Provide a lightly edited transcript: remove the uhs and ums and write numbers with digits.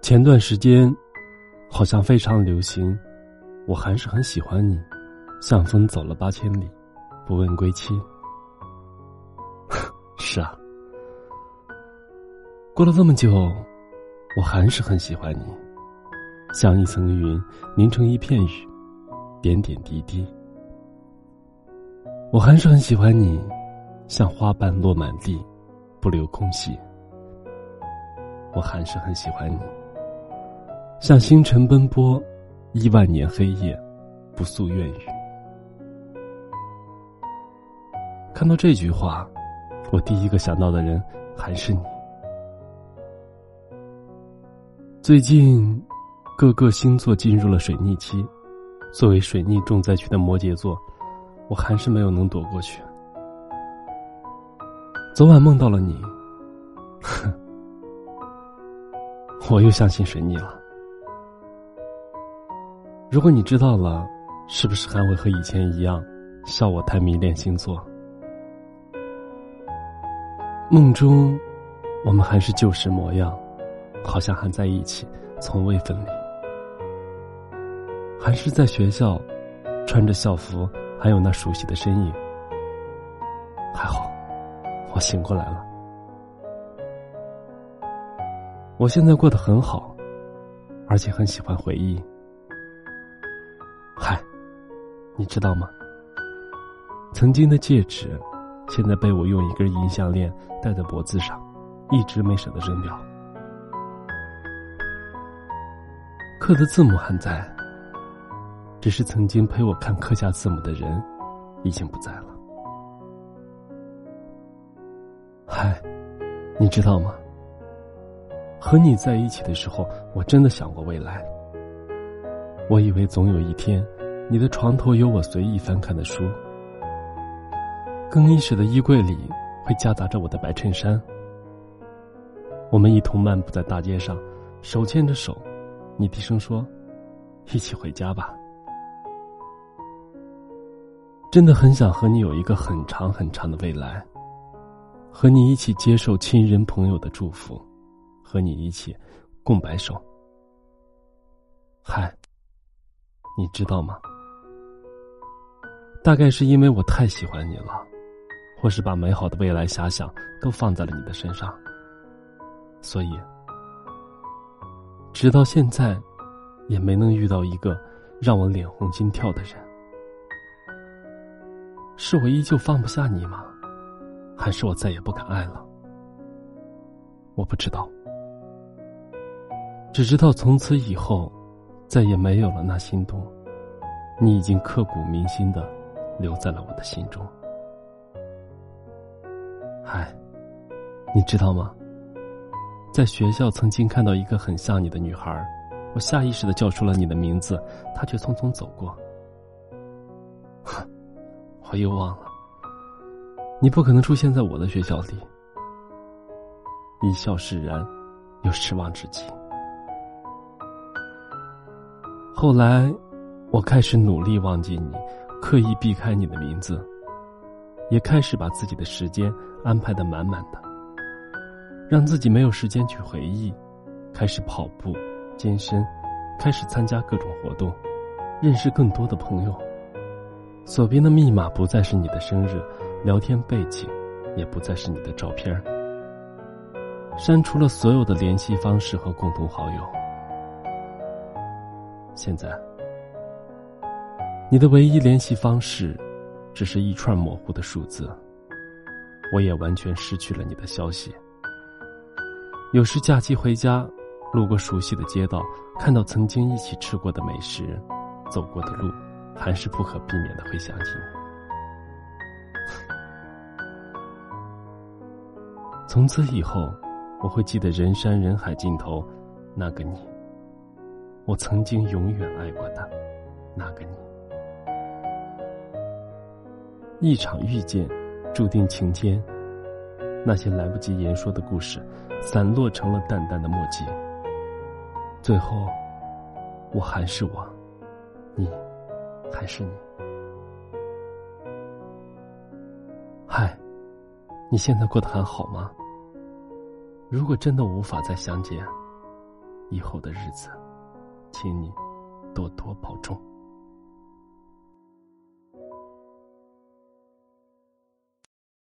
前段时间好像非常流行，我还是很喜欢你，像风走了8000里，不问归期。是啊，过了这么久，我还是很喜欢你，像一层云凝成一片雨，点点滴滴。我还是很喜欢你，像花瓣落满地，不留空隙。我还是很喜欢你，像星辰奔波10000年黑夜，不诉怨语。看到这句话，我第一个想到的人还是你。最近各个星座进入了水逆期，作为水逆重灾区的摩羯座，我还是没有能躲过去。昨晚梦到了你，我又相信水逆了。如果你知道了，是不是还会和以前一样笑我太迷恋星座？梦中我们还是旧时模样，好像还在一起，从未分离。还是在学校穿着校服，还有那熟悉的身影。还好我醒过来了。我现在过得很好，而且很喜欢回忆。嗨，你知道吗？曾经的戒指现在被我用一根银项链戴在脖子上，一直没舍得扔掉。课的字母还在，只是曾经陪我看课下字母的人已经不在了。嗨，你知道吗？和你在一起的时候，我真的想过未来。我以为总有一天，你的床头有我随意翻看的书，更衣室的衣柜里会夹杂着我的白衬衫。我们一同漫步在大街上，手牵着手，你低声说：“一起回家吧。”真的很想和你有一个很长很长的未来，和你一起接受亲人朋友的祝福，和你一起共白首。嗨，你知道吗？大概是因为我太喜欢你了，或是把美好的未来遐想都放在了你的身上，所以直到现在也没能遇到一个让我脸红心跳的人。是我依旧放不下你吗？还是我再也不敢爱了？我不知道，只知道从此以后再也没有了那心动，你已经刻骨铭心地留在了我的心中。嗨，你知道吗？在学校曾经看到一个很像你的女孩，我下意识地叫出了你的名字，她却匆匆走过。我又忘了，你不可能出现在我的学校里。一笑释然，又失望至极。后来我开始努力忘记你，刻意避开你的名字，也开始把自己的时间安排得满满的，让自己没有时间去回忆，开始跑步健身，开始参加各种活动，认识更多的朋友。锁屏的密码不再是你的生日，聊天背景也不再是你的照片，删除了所有的联系方式和共同好友。现在你的唯一联系方式只是一串模糊的数字，我也完全失去了你的消息。有时假期回家，路过熟悉的街道，看到曾经一起吃过的美食，走过的路，还是不可避免的会想起你。从此以后，我会记得人山人海尽头那个你，我曾经永远爱过的那个你。一场遇见，注定情牵，那些来不及言说的故事，散落成了淡淡的墨迹。最后，我还是我，你还是你。嗨，你现在过得还好吗？如果真的无法再相见， 以后的日子，请你多多保重。